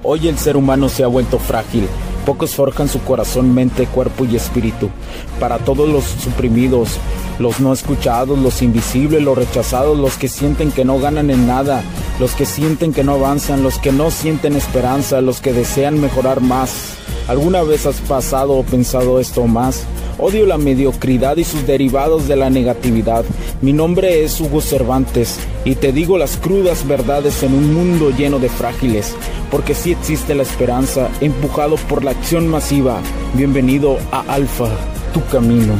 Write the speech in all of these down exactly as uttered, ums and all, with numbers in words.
Hoy el ser humano se ha vuelto frágil. Pocos forjan su corazón, mente, cuerpo y espíritu. Para todos los suprimidos, los no escuchados, los invisibles, los rechazados, los que sienten que no ganan en nada, los que sienten que no avanzan, los que no sienten esperanza, los que desean mejorar más. ¿Alguna vez has pasado o pensado esto más? Odio la mediocridad y sus derivados de la negatividad. Mi nombre es Hugo Cervantes y te digo las crudas verdades en un mundo lleno de frágiles, porque sí existe la esperanza, empujado por la acción masiva. Bienvenido a Alfa, tu camino.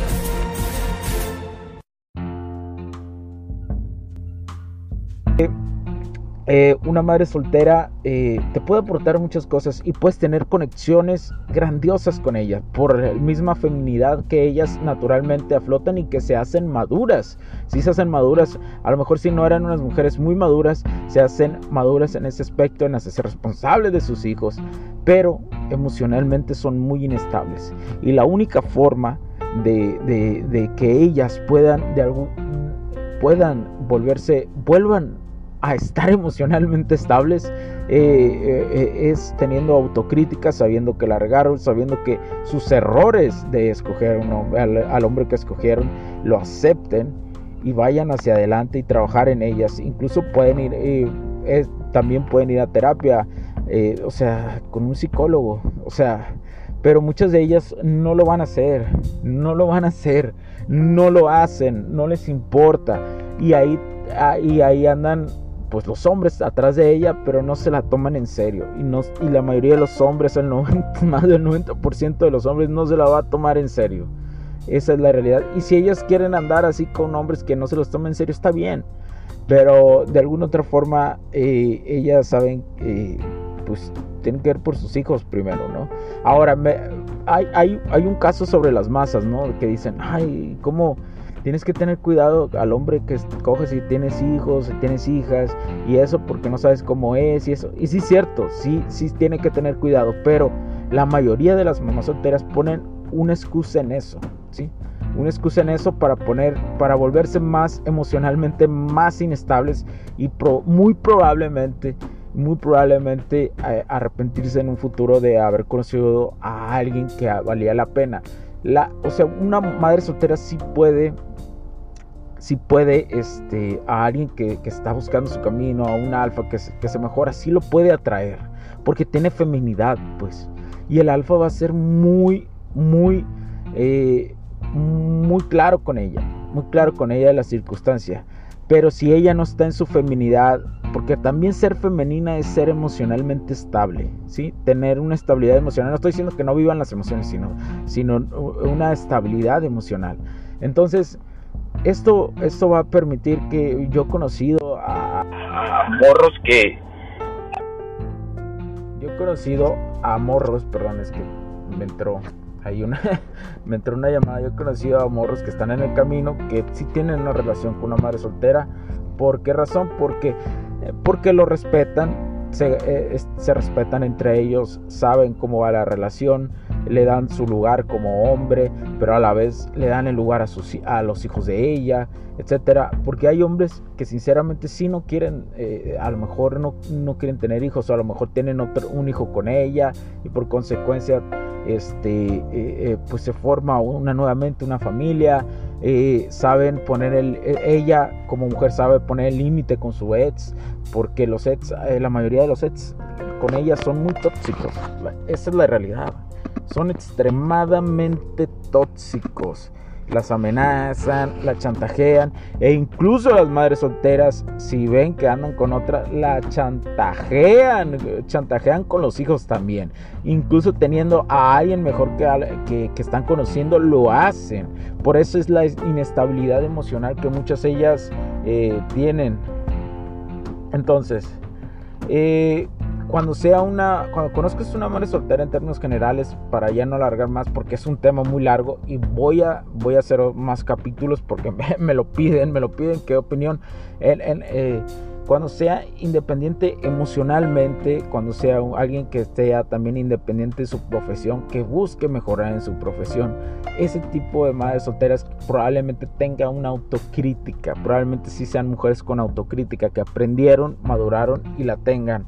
Eh, una madre soltera eh, te puede aportar muchas cosas y puedes tener conexiones grandiosas con ella por la misma feminidad que ellas naturalmente aflotan y que se hacen maduras. Si se hacen maduras, a lo mejor si no eran unas mujeres muy maduras, se hacen maduras en ese aspecto, en hacerse responsables de sus hijos, pero emocionalmente son muy inestables. Y la única forma de, de, de que ellas puedan, de algún, puedan volverse, vuelvan a estar emocionalmente estables eh, eh, es teniendo autocrítica, sabiendo que largaron, sabiendo que sus errores de escoger un hombre, al, al hombre que escogieron, lo acepten y vayan hacia adelante y trabajar en ellas. Incluso pueden ir eh, eh, también pueden ir a terapia, eh, o sea, con un psicólogo, o sea, pero muchas de ellas no lo van a hacer, no lo van a hacer, no lo hacen, no les importa, y ahí, y ahí andan pues los hombres atrás de ella, pero no se la toman en serio, y, no, y la mayoría de los hombres, el noventa, más del noventa por ciento de los hombres no se la va a tomar en serio. Esa es la realidad. Y si ellas quieren andar así con hombres que no se los tomen en serio, está bien, pero de alguna otra forma eh, ellas saben eh, pues tienen que ver por sus hijos primero, ¿no? Ahora me, hay, hay, hay un caso sobre las masas, ¿no? Que dicen, ay, ¿cómo? Tienes que tener cuidado al hombre que coges si tienes hijos, si tienes hijas, y eso porque no sabes cómo es y eso. Y sí es cierto, sí, sí tiene que tener cuidado, pero la mayoría de las mamás solteras ponen una excusa en eso, ¿sí? Una excusa en eso para poner, para volverse más emocionalmente más inestables y pro, muy probablemente, muy probablemente eh, arrepentirse en un futuro de haber conocido a alguien que valía la pena. La, o sea, una madre soltera sí puede, sí puede, este, a alguien que, que está buscando su camino, a un alfa que se, que se mejora, sí lo puede atraer, porque tiene feminidad, pues, y el alfa va a ser muy, muy, eh, muy claro con ella, muy claro con ella de la circunstancia. Pero si ella no está en su feminidad, porque también ser femenina es ser emocionalmente estable, ¿sí? Tener una estabilidad emocional. No estoy diciendo que no vivan las emociones, sino, sino una estabilidad emocional. Entonces, esto, esto va a permitir que yo he conocido a, a morros que... Yo he conocido a morros, perdón, es que me entró... Hay una, me entró una llamada. Yo he conocido a morros que están en el camino, que sí tienen una relación con una madre soltera. ¿Por qué razón? Porque, porque lo respetan, se, eh, se respetan entre ellos, saben cómo va la relación, le dan su lugar como hombre, pero a la vez le dan el lugar a, sus, a los hijos de ella, etcétera. Porque hay hombres que sinceramente sí no quieren, eh, a lo mejor no, no quieren tener hijos, o a lo mejor tienen otro, un hijo con ella, y por consecuencia este eh, eh, pues se forma una nuevamente una familia. Eh, saben poner el ella como mujer sabe poner el límite con su ex, porque los ex, eh, la mayoría de los ex con ella son muy tóxicos. Esa es la realidad, son extremadamente tóxicos. Las amenazan, la chantajean, e incluso las madres solteras, si ven que andan con otra, la chantajean, chantajean con los hijos también. Incluso teniendo a alguien mejor que, que, que están conociendo, lo hacen. Por eso es la inestabilidad emocional que muchas de ellas eh, tienen. Entonces, eh, cuando sea una, cuando conozcas una madre soltera en términos generales, para ya no alargar más, porque es un tema muy largo y voy a, voy a hacer más capítulos porque me, me lo piden, me lo piden, qué opinión. En, en, eh, cuando sea independiente emocionalmente, cuando sea un, alguien que sea también independiente de su profesión, que busque mejorar en su profesión, ese tipo de madres solteras probablemente tenga una autocrítica, probablemente sí sean mujeres con autocrítica, que aprendieron, maduraron y la tengan.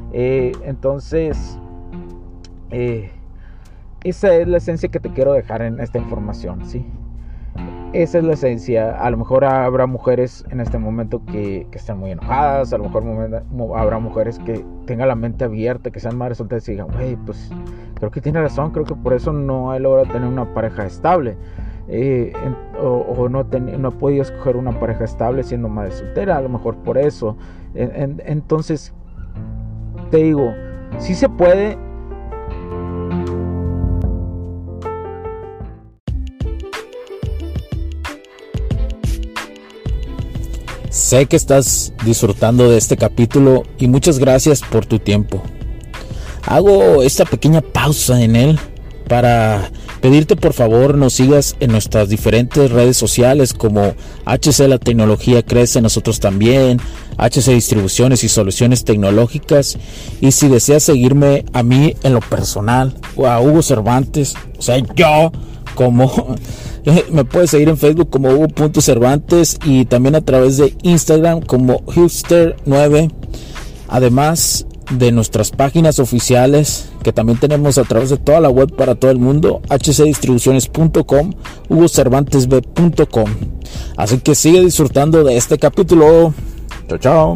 Eh, entonces, eh, esa es la esencia que te quiero dejar en esta información, ¿sí? Esa es la esencia. A lo mejor habrá mujeres en este momento que, que están muy enojadas. A lo mejor habrá mujeres que tengan la mente abierta, que sean madres solteras y digan, güey, pues creo que tiene razón, creo que por eso no he logrado tener una pareja estable. Eh, en, o, o no, ten, no he podido escoger una pareja estable siendo madre soltera, a lo mejor por eso. En, en, entonces, te digo, sí se puede. Sé que estás disfrutando de este capítulo y muchas gracias por tu tiempo. Hago esta pequeña pausa en él para pedirte por favor nos sigas en nuestras diferentes redes sociales como H C La Tecnología Crece, nosotros también, H C Distribuciones y Soluciones Tecnológicas. Y si deseas seguirme a mí en lo personal o a Hugo Cervantes, o sea yo como... me puedes seguir en Facebook como Hugo punto Cervantes y también a través de Instagram como Hipster nueve, además de nuestras páginas oficiales que también tenemos a través de toda la web para todo el mundo, h c distribuciones punto com, hugo cervantes b punto com. Así que sigue disfrutando de este capítulo. Chao, chao.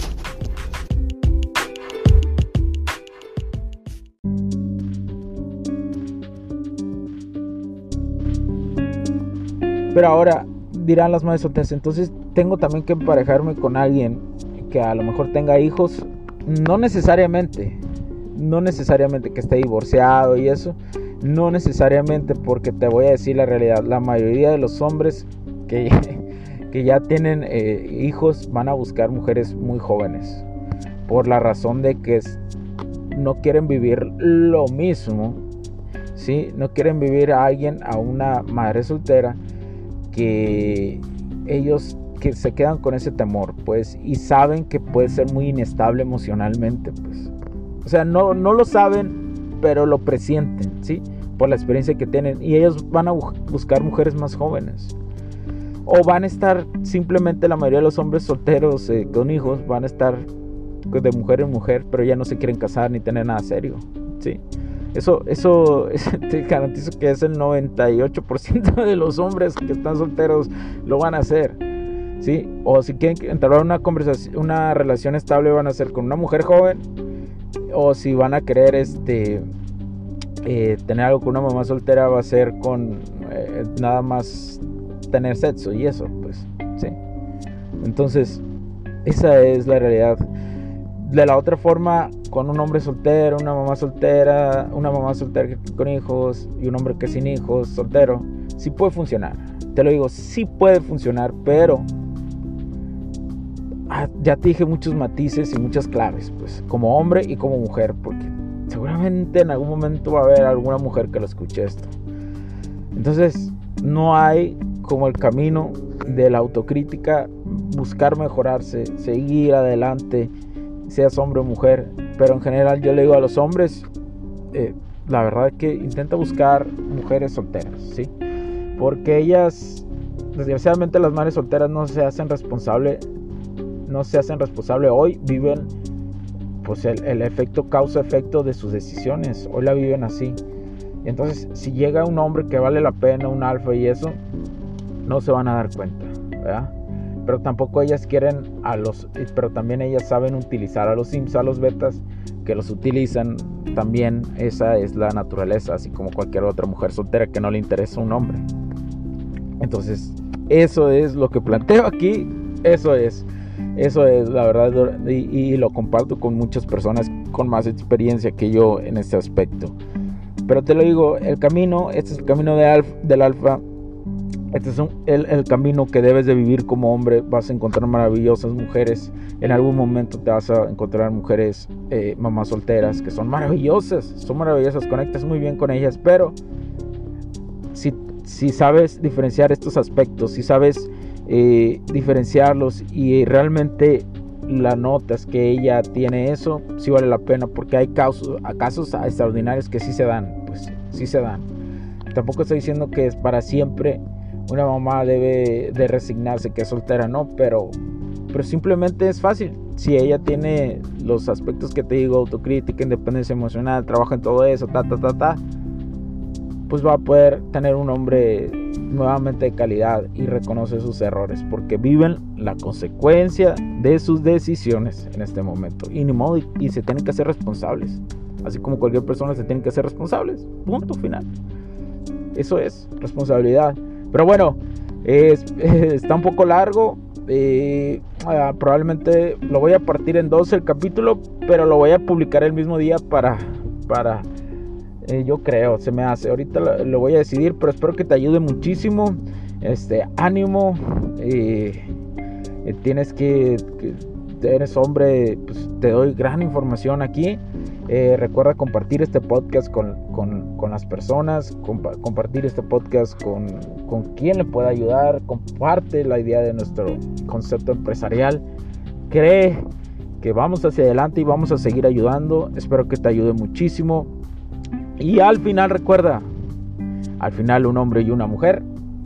Pero ahora dirán las madres solteras, entonces tengo también que emparejarme con alguien que a lo mejor tenga hijos. No necesariamente, no necesariamente que esté divorciado y eso, no necesariamente, porque te voy a decir la realidad, la mayoría de los hombres que, que ya tienen eh, hijos van a buscar mujeres muy jóvenes, por la razón de que no quieren vivir lo mismo, ¿sí? No quieren vivir a alguien, a una madre soltera, que ellos que se quedan con ese temor, pues, y saben que puede ser muy inestable emocionalmente, pues, o sea, no, no lo saben, pero lo presienten, ¿sí? Por la experiencia que tienen, y ellos van a bu- buscar mujeres más jóvenes, o van a estar simplemente, la mayoría de los hombres solteros eh, con hijos, van a estar de mujer en mujer, pero ya no se quieren casar ni tener nada serio, ¿sí? Eso, eso te garantizo que es el noventa y ocho por ciento de los hombres que están solteros lo van a hacer, ¿sí? O si quieren entablar una conversación, una relación estable, van a hacer con una mujer joven, o si van a querer este eh, tener algo con una mamá soltera, va a ser con eh, nada más tener sexo y eso, pues, ¿sí? Entonces, esa es la realidad. De la otra forma, con un hombre soltero, una mamá soltera, una mamá soltera con hijos y un hombre que sin hijos, soltero, sí puede funcionar. Te lo digo, sí puede funcionar, pero ah, ya te dije muchos matices y muchas claves, pues, como hombre y como mujer, porque seguramente en algún momento va a haber alguna mujer que lo escuche esto. Entonces, no hay como el camino de la autocrítica, buscar mejorarse, seguir adelante, seas hombre o mujer. Pero en general yo le digo a los hombres, eh, la verdad es que intenta buscar mujeres solteras, ¿sí? Porque ellas, desgraciadamente las madres solteras no se hacen responsable, no se hacen responsable hoy, viven pues el, el efecto causa-efecto de sus decisiones, hoy la viven así. Y entonces si llega un hombre que vale la pena, un alfa y eso, no se van a dar cuenta, ¿verdad? Pero tampoco ellas quieren a los, pero también ellas saben utilizar a los sims, a los betas, que los utilizan también. Esa es la naturaleza, así como cualquier otra mujer soltera que no le interesa un hombre. Entonces, eso es lo que planteo aquí, eso es, eso es la verdad, y, y lo comparto con muchas personas con más experiencia que yo en este aspecto. Pero te lo digo, el camino, este es el camino de alf, del alfa. Este es un, el, el camino que debes de vivir como hombre. Vas a encontrar maravillosas mujeres. En algún momento te vas a encontrar mujeres, eh, mamás solteras, que son maravillosas. Son maravillosas, conectas muy bien con ellas. Pero si, si sabes diferenciar estos aspectos, si sabes eh, diferenciarlos y realmente la notas que ella tiene eso, sí vale la pena. Porque hay casos, casos extraordinarios que sí se dan. Pues sí se dan. Tampoco estoy diciendo que es para siempre una mamá debe de resignarse que es soltera, no, pero, pero simplemente es fácil. si ella tiene los aspectos que te digo, autocrítica, independencia emocional, trabajo en todo eso, ta, ta, ta, ta, pues va a poder tener un hombre nuevamente de calidad y reconoce sus errores, porque viven la consecuencia de sus decisiones en este momento, y ni modo, y, y se tienen que hacer responsables, así como cualquier persona se tienen que hacer responsables, punto final. Eso es responsabilidad. Pero bueno, eh, está un poco largo. Eh, uh, probablemente lo voy a partir en dos el capítulo, pero lo voy a publicar el mismo día para, para eh, yo creo, se me hace. Ahorita lo, lo voy a decidir, pero espero que te ayude muchísimo. Este, ánimo. Eh, eh, tienes que, que eres hombre, pues te doy gran información aquí. Eh, recuerda compartir este podcast con, con, con las personas, compa- compartir este podcast con, con quien le pueda ayudar. Comparte la idea de nuestro concepto empresarial. Cree que vamos hacia adelante y vamos a seguir ayudando. Espero que te ayude muchísimo. Y al final recuerda, al final un hombre y una mujer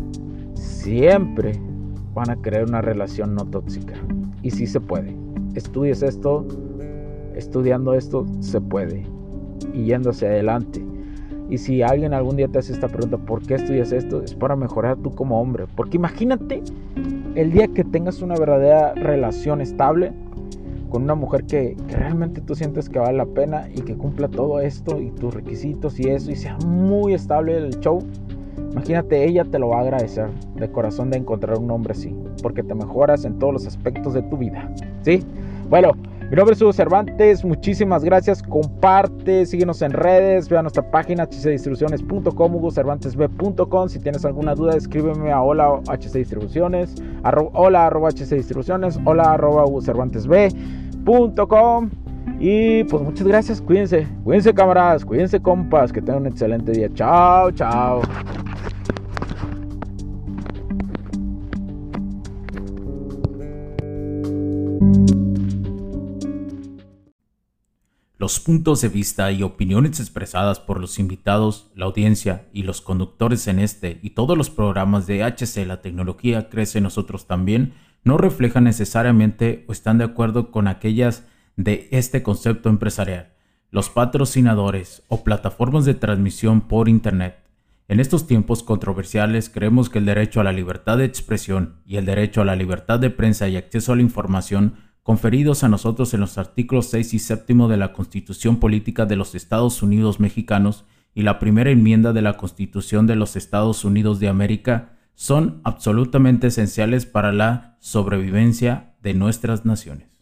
siempre van a querer una relación no tóxica. Y sí se puede. Estudies esto. Estudiando esto se puede y yendo hacia adelante. Y si alguien algún día te hace esta pregunta, ¿por qué estudias esto? Es para mejorar tú como hombre. Porque imagínate el día que tengas una verdadera relación estable con una mujer que, que realmente tú sientes que vale la pena y que cumpla todo esto y tus requisitos y eso, y sea muy estable el show. Imagínate, ella te lo va a agradecer de corazón de encontrar un hombre así, porque te mejoras en todos los aspectos de tu vida, ¿sí? Bueno, mi nombre es Hugo Cervantes, muchísimas gracias, comparte, síguenos en redes, ve a nuestra página h c distribuciones punto com, hugo cervantes b punto com. Si tienes alguna duda, escríbeme a hola hcdistribuciones, arro, hola arroba hcdistribuciones, hola arroba hugo cervantes b punto com. Y pues muchas gracias, cuídense, cuídense camaradas, cuídense compas, que tengan un excelente día. Chao, chao. Los puntos de vista y opiniones expresadas por los invitados, la audiencia y los conductores en este y todos los programas de H C La Tecnología Crece en Nosotros También no reflejan necesariamente o están de acuerdo con aquellas de este concepto empresarial, los patrocinadores o plataformas de transmisión por Internet. En estos tiempos controversiales creemos que el derecho a la libertad de expresión y el derecho a la libertad de prensa y acceso a la información conferidos a nosotros en los artículos seis y séptimo de la Constitución Política de los Estados Unidos Mexicanos y la primera enmienda de la Constitución de los Estados Unidos de América son absolutamente esenciales para la sobrevivencia de nuestras naciones.